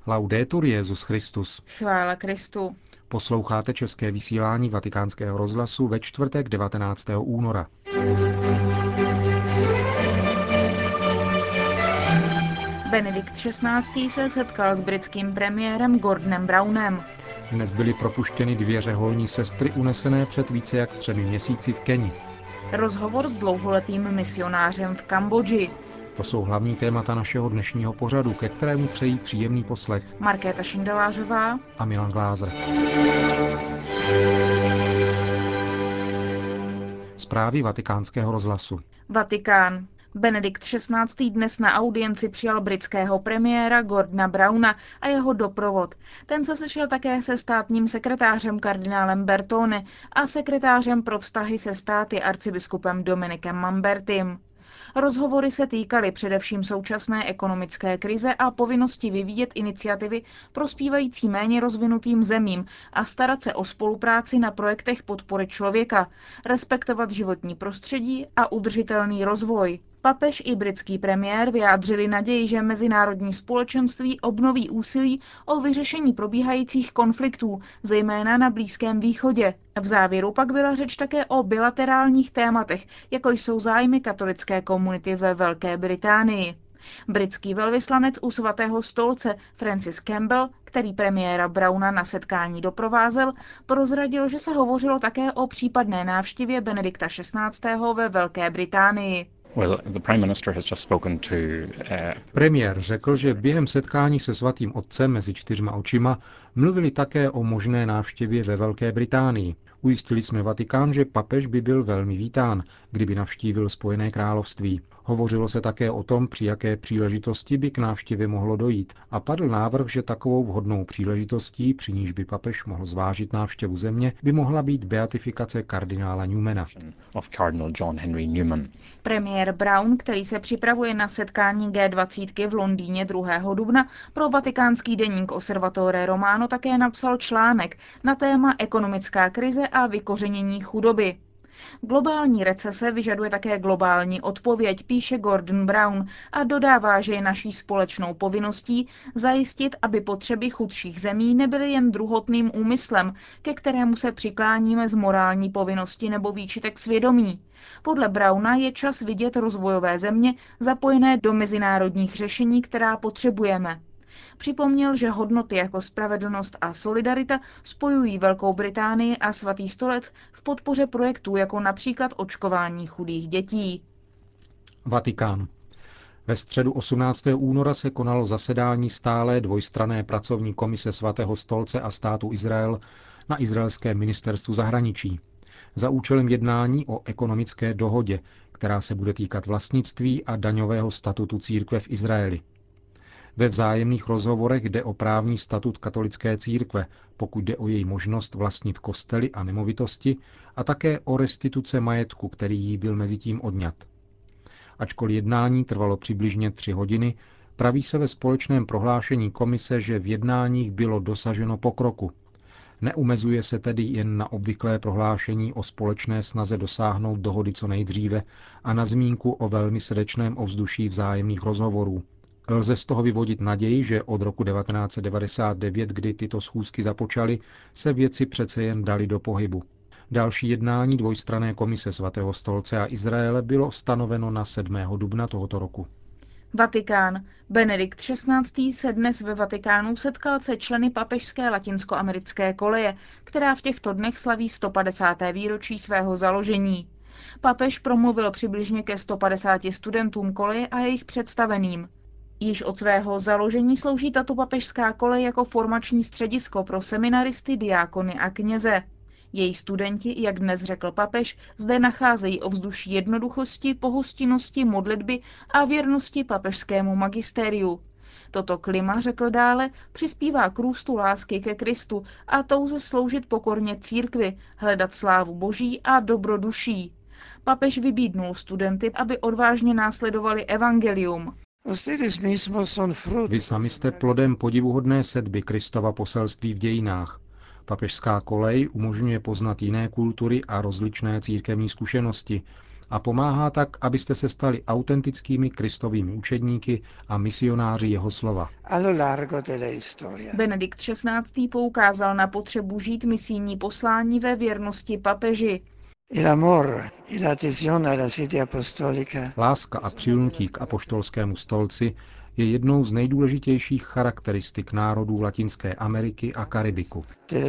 Laudetur Jesus Christus. Chvála Kristu. Posloucháte české vysílání Vatikánského rozhlasu ve čtvrtek 19. února. Benedikt XVI. Se setkal s britským premiérem Gordonem Brownem. Dnes byly propuštěny 2 řeholní sestry unesené před více jak 3 měsíci v Keni. Rozhovor s dlouholetým misionářem v Kambodži. To jsou hlavní témata našeho dnešního pořadu, ke kterému přejí příjemný poslech Markéta Šindelářová a Milan Glázer. Zprávy Vatikánského rozhlasu. Vatikán. Benedikt XVI. Dnes na audienci přijal britského premiéra Gordona Browna a jeho doprovod. Ten se sešel také se státním sekretářem kardinálem Bertone a sekretářem pro vztahy se státy arcibiskupem Dominikem Mambertim. Rozhovory se týkaly především současné ekonomické krize a povinnosti vyvíjet iniciativy prospívající méně rozvinutým zemím a starat se o spolupráci na projektech podpory člověka, respektovat životní prostředí a udržitelný rozvoj. Papež i britský premiér vyjádřili naději, že mezinárodní společenství obnoví úsilí o vyřešení probíhajících konfliktů, zejména na Blízkém východě. V závěru pak byla řeč také o bilaterálních tématech, jako jsou zájmy katolické komunity ve Velké Británii. Britský velvyslanec u Svatého stolce Francis Campbell, který premiéra Browna na setkání doprovázel, prozradil, že se hovořilo také o případné návštěvě Benedikta XVI. Ve Velké Británii. Premiér řekl, že během setkání se Svatým otcem mezi 4 očima mluvili také o možné návštěvě ve Velké Británii. Ujistili jsme Vatikán, že papež by byl velmi vítán, kdyby navštívil Spojené království. Hovořilo se také o tom, při jaké příležitosti by k návštěvě mohlo dojít, a padl návrh, že takovou vhodnou příležitostí, při níž by papež mohl zvážit návštěvu země, by mohla být beatifikace kardinála Newmana. Premiér Brown, který se připravuje na setkání G20 v Londýně 2. dubna, pro vatikánský deník Osservatore Romano také napsal článek na téma ekonomická krize a vykořenění chudoby. Globální recese vyžaduje také globální odpověď, píše Gordon Brown a dodává, že je naší společnou povinností zajistit, aby potřeby chudších zemí nebyly jen druhotným úmyslem, ke kterému se přikláníme z morální povinnosti nebo výčitek svědomí. Podle Browna je čas vidět rozvojové země zapojené do mezinárodních řešení, která potřebujeme. Připomněl, že hodnoty jako spravedlnost a solidarita spojují Velkou Británii a Svatý stolec v podpoře projektů jako například očkování chudých dětí. Vatikán. Ve středu 18. února se konalo zasedání stálé dvojstranné pracovní komise Svatého stolce a státu Izrael na izraelském ministerstvu zahraničí za účelem jednání o ekonomické dohodě, která se bude týkat vlastnictví a daňového statutu církve v Izraeli. Ve vzájemných rozhovorech jde o právní statut katolické církve, pokud jde o její možnost vlastnit kostely a nemovitosti, a také o restituce majetku, který jí byl mezitím odňat. Ačkoliv jednání trvalo přibližně 3 hodiny, praví se ve společném prohlášení komise, že v jednáních bylo dosaženo pokroku. Neumezuje se tedy jen na obvyklé prohlášení o společné snaze dosáhnout dohody co nejdříve a na zmínku o velmi srdečném ovzduší vzájemných rozhovorů. Lze z toho vyvodit naději, že od roku 1999, kdy tyto schůzky započaly, se věci přece jen daly do pohybu. Další jednání dvojstranné komise Svatého stolce a Izraele bylo stanoveno na 7. dubna tohoto roku. Vatikán. Benedikt XVI. Se dnes ve Vatikánu setkal se členy papežské latinskoamerické koleje, která v těchto dnech slaví 150. výročí svého založení. Papež promluvil přibližně ke 150 studentům koleje a jejich představeným. Již od svého založení slouží tato papežská kolej jako formační středisko pro seminaristy, diákony a kněze. Její studenti, jak dnes řekl papež, zde nacházejí ovzduší jednoduchosti, pohostinnosti, modlitby a věrnosti papežskému magistériu. Toto klima, řekl dále, přispívá k růstu lásky ke Kristu a touze sloužit pokorně církvi, hledat slávu Boží a dobro duší. Papež vybídnul studenty, aby odvážně následovali evangelium. Vy sami jste plodem podivuhodné sedby Kristova poselství v dějinách. Papežská kolej umožňuje poznat jiné kultury a rozličné církevní zkušenosti a pomáhá tak, abyste se stali autentickými kristovými učedníky a misionáři jeho slova. Benedikt XVI. Poukázal na potřebu žít misijní poslání ve věrnosti papeži. Láska a přilnutí k apoštolskému stolci je jednou z nejdůležitějších charakteristik národů Latinské Ameriky a Karibiku.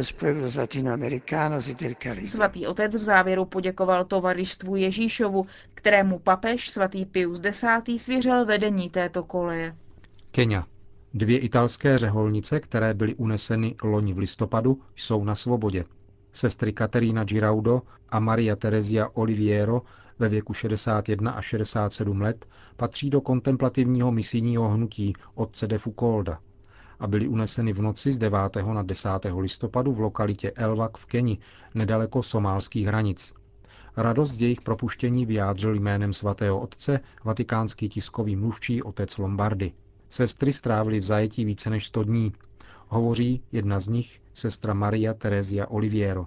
Svatý otec v závěru poděkoval tovarištvu Ježíšovu, kterému papež svatý Pius X. Svěřil vedení této koleje. Kenya. 2 italské řeholnice, které byly uneseny loni v listopadu, jsou na svobodě. Sestry Caterina Giraudo a Maria Terezia Oliviero ve věku 61 a 67 let patří do kontemplativního misijního hnutí otce de Foucaulda a byly uneseny v noci z 9. na 10. listopadu v lokalitě Elwak v Keni, nedaleko somálských hranic. Radost z jejich propuštění vyjádřil jménem svatého otce vatikánský tiskový mluvčí otec Lombardi. Sestry strávily v zajetí více než 100 dní. Hovoří jedna z nich, sestra Maria Terezia Oliviero.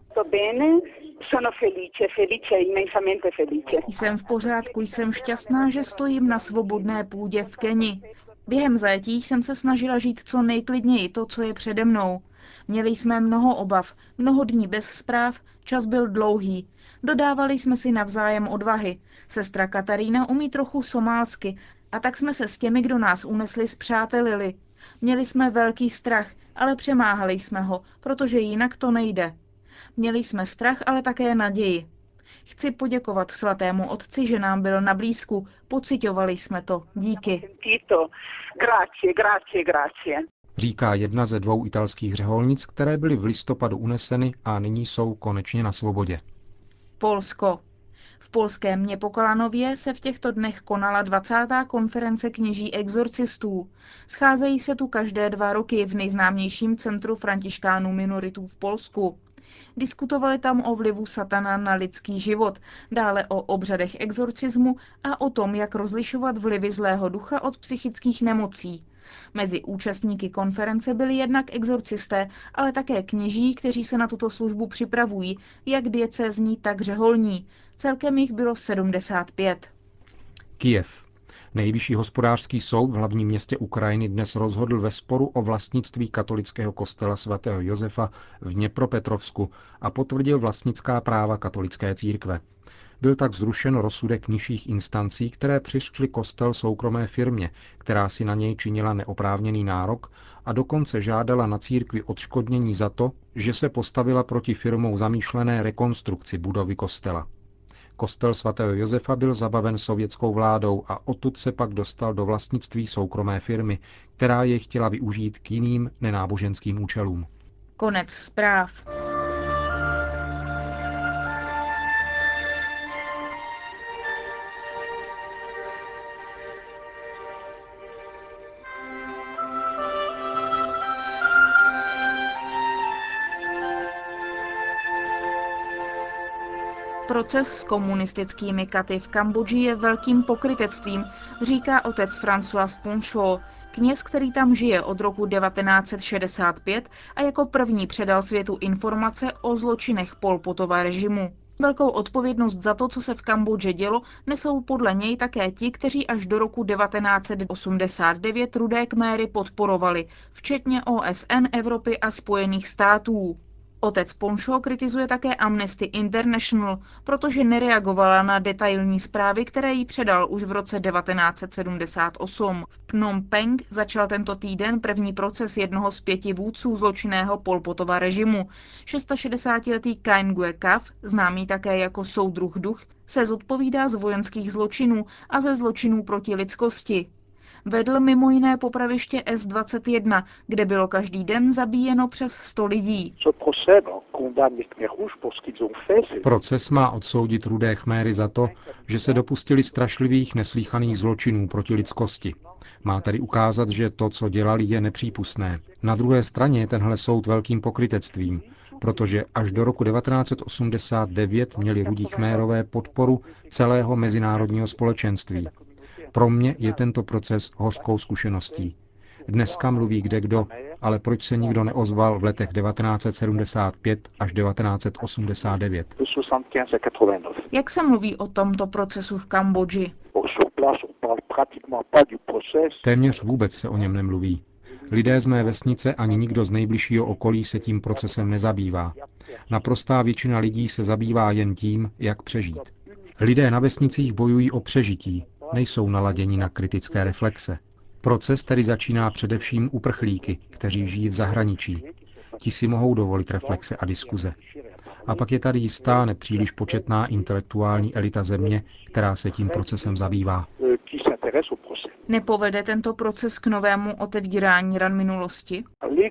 Jsem v pořádku, jsem šťastná, že stojím na svobodné půdě v Keni. Během zajetí jsem se snažila žít co nejklidněji to, co je přede mnou. Měli jsme mnoho obav, mnoho dní bez zpráv, čas byl dlouhý. Dodávali jsme si navzájem odvahy. Sestra Katarína umí trochu somálsky a tak jsme se s těmi, kdo nás unesli, spřátelili. Měli jsme velký strach, ale přemáhali jsme ho, protože jinak to nejde. Měli jsme strach, ale také naději. Chci poděkovat svatému otci, že nám byl na blízku. Pociťovali jsme to. Díky. Říká jedna ze 2 italských řeholnic, které byly v listopadu uneseny a nyní jsou konečně na svobodě. Polsko. V polském Něpokalanově se v těchto dnech konala 20. konference kněží exorcistů. Scházejí se tu každé 2 roky v nejznámějším centru františkánů minoritů v Polsku. Diskutovali tam o vlivu satana na lidský život, dále o obřadech exorcismu a o tom, jak rozlišovat vlivy zlého ducha od psychických nemocí. Mezi účastníky konference byli jednak exorcisté, ale také kněží, kteří se na tuto službu připravují, jak diecézní, tak řeholní. Celkem jich bylo 75. Kyjev. Nejvyšší hospodářský soud v hlavním městě Ukrajiny dnes rozhodl ve sporu o vlastnictví katolického kostela svatého Josefa v Dněpropetrovsku a potvrdil vlastnická práva katolické církve. Byl tak zrušen rozsudek nižších instancí, které přiřkly kostel soukromé firmě, která si na něj činila neoprávněný nárok a dokonce žádala na církvi odškodnění za to, že se postavila proti firmou zamýšlené rekonstrukci budovy kostela. Kostel svatého Josefa byl zabaven sovětskou vládou a odtud se pak dostal do vlastnictví soukromé firmy, která jej chtěla využít k jiným nenáboženským účelům. Konec zpráv. Proces s komunistickými katy v Kambodži je velkým pokrytectvím, říká otec François Ponchot, kněz, který tam žije od roku 1965 a jako první předal světu informace o zločinech Pol Potova režimu. Velkou odpovědnost za to, co se v Kambodži dělo, nesou podle něj také ti, kteří až do roku 1989 Rudé Khmery podporovali, včetně OSN, Evropy a Spojených států. Otec Ponchot kritizuje také Amnesty International, protože nereagovala na detailní zprávy, které jí předal už v roce 1978. V Phnom Penh začal tento týden první proces jednoho z 5 vůdců zločinného Pol Potova režimu. 66letý Kain Gue Kav, známý také jako soudruh duch, se zodpovídá z vojenských zločinů a ze zločinů proti lidskosti. Vedl mimo jiné popraviště S21, kde bylo každý den zabíjeno přes 100 lidí. Proces má odsoudit Rudé Khmery za to, že se dopustili strašlivých neslýchaných zločinů proti lidskosti. Má tedy ukázat, že to, co dělali, je nepřípustné. Na druhé straně je tenhle soud velkým pokrytectvím, protože až do roku 1989 měli Rudí Khmerové podporu celého mezinárodního společenství. Pro mě je tento proces hořkou zkušeností. Dneska mluví kdekdo, ale proč se nikdo neozval v letech 1975 až 1989? Jak se mluví o tomto procesu v Kambodži? Téměř vůbec se o něm nemluví. Lidé z mé vesnice ani nikdo z nejbližšího okolí se tím procesem nezabývá. Naprostá většina lidí se zabývá jen tím, jak přežít. Lidé na vesnicích bojují o přežití, nejsou naladěni na kritické reflexe. Proces tedy začíná především uprchlíky, kteří žijí v zahraničí. Ti si mohou dovolit reflexe a diskuze. A pak je tady jistá nepříliš početná intelektuální elita země, která se tím procesem zabývá. Nepovede tento proces k novému otevírání ran minulosti?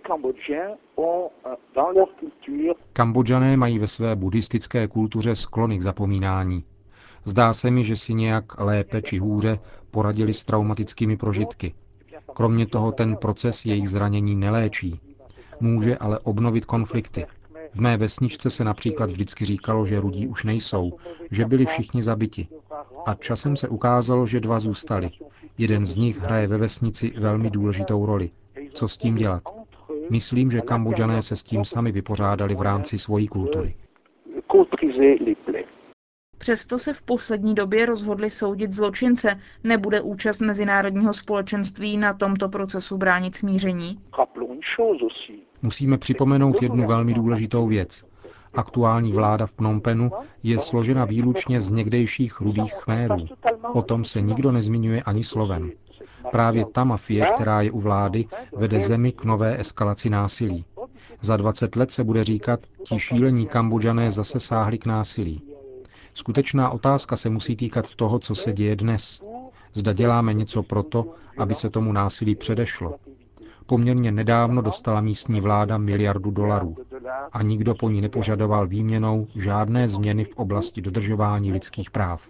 Kambodžané mají ve své buddhistické kultuře sklony k zapomínání. Zdá se mi, že si nějak lépe či hůře poradili s traumatickými prožitky. Kromě toho ten proces jejich zranění neléčí. Může ale obnovit konflikty. V mé vesničce se například vždycky říkalo, že rudí už nejsou, že byli všichni zabiti. A časem se ukázalo, že 2 zůstali. Jeden z nich hraje ve vesnici velmi důležitou roli. Co s tím dělat? Myslím, že Kambodžané se s tím sami vypořádali v rámci svojí kultury. Přesto se v poslední době rozhodli soudit zločince. Nebude účast mezinárodního společenství na tomto procesu bránit smíření? Musíme připomenout jednu velmi důležitou věc. Aktuální vláda v Phnom Penhu je složena výlučně z někdejších rudých Khmérů. O tom se nikdo nezmiňuje ani slovem. Právě ta mafie, která je u vlády, vede zemi k nové eskalaci násilí. Za 20 let se bude říkat, ti šílení Kambodžané zase sáhli k násilí. Skutečná otázka se musí týkat toho, co se děje dnes. Zda děláme něco proto, aby se tomu násilí předešlo. Poměrně nedávno dostala místní vláda $1 miliardu a nikdo po ní nepožadoval výměnou žádné změny v oblasti dodržování lidských práv.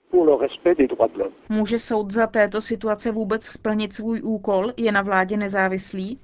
Může soud za této situace vůbec splnit svůj úkol? Je na vládě nezávislý?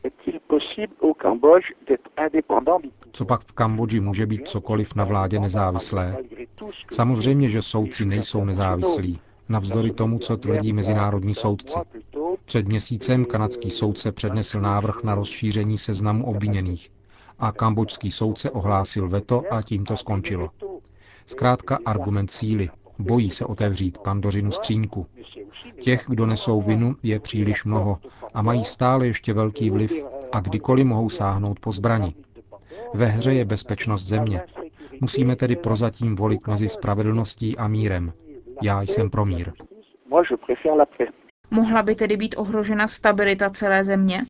Co pak v Kambodži může být cokoliv na vládě nezávislé? Samozřejmě, že soudci nejsou nezávislí, navzdory tomu, co tvrdí mezinárodní soudci. Před měsícem kanadský soudce přednesl návrh na rozšíření seznamu obviněných a kambodžský soudce ohlásil veto a tím to skončilo. Zkrátka argument síly. Bojí se otevřít Pandořinu skříňku. Těch, kdo nesou vinu, je příliš mnoho a mají stále ještě velký vliv a kdykoliv mohou sáhnout po zbrani. Ve hře je bezpečnost země. Musíme tedy prozatím volit mezi spravedlností a mírem. Já jsem pro mír. Mohla by tedy být ohrožena stabilita celé země?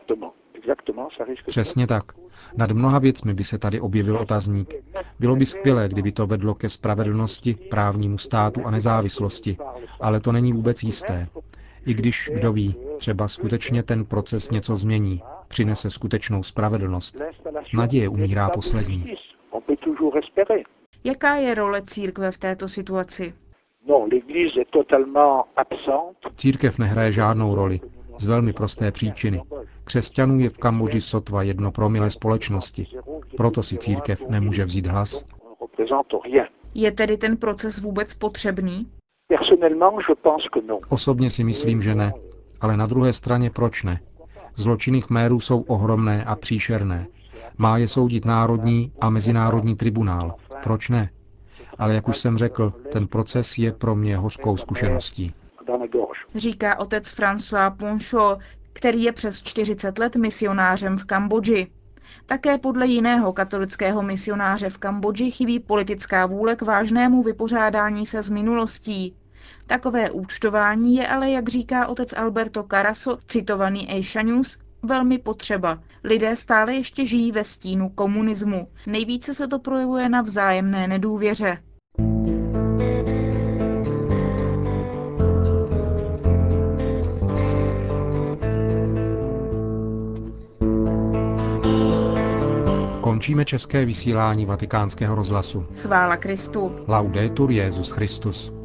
Přesně tak. Nad mnoha věcmi by se tady objevil otazník. Bylo by skvělé, kdyby to vedlo ke spravedlnosti, právnímu státu a nezávislosti, ale to není vůbec jisté. I když, kdo ví, třeba skutečně ten proces něco změní, přinese skutečnou spravedlnost. Naděje umírá poslední. Jaká je role církve v této situaci? Církev nehraje žádnou roli. Z velmi prosté příčiny. Křesťanů je v Kambodži sotva 1% společnosti. Proto si církev nemůže vzít hlas. Je tedy ten proces vůbec potřebný? Osobně si myslím, že ne. Ale na druhé straně proč ne? Zločiny Khmérů jsou ohromné a příšerné. Má je soudit národní a mezinárodní tribunál. Proč ne? Ale jak už jsem řekl, ten proces je pro mě hořkou zkušeností. Říká otec François Poncho, který je přes 40 let misionářem v Kambodži. Také podle jiného katolického misionáře v Kambodži chybí politická vůle k vážnému vypořádání se s minulostí. Takové účtování je ale, jak říká otec Alberto Carasso, citovaný Asia News, velmi potřeba. Lidé stále ještě žijí ve stínu komunismu. Nejvíce se to projevuje na vzájemné nedůvěře. Končíme české vysílání Vatikánského rozhlasu. Chvála Kristu. Laudetur Jesus Christus.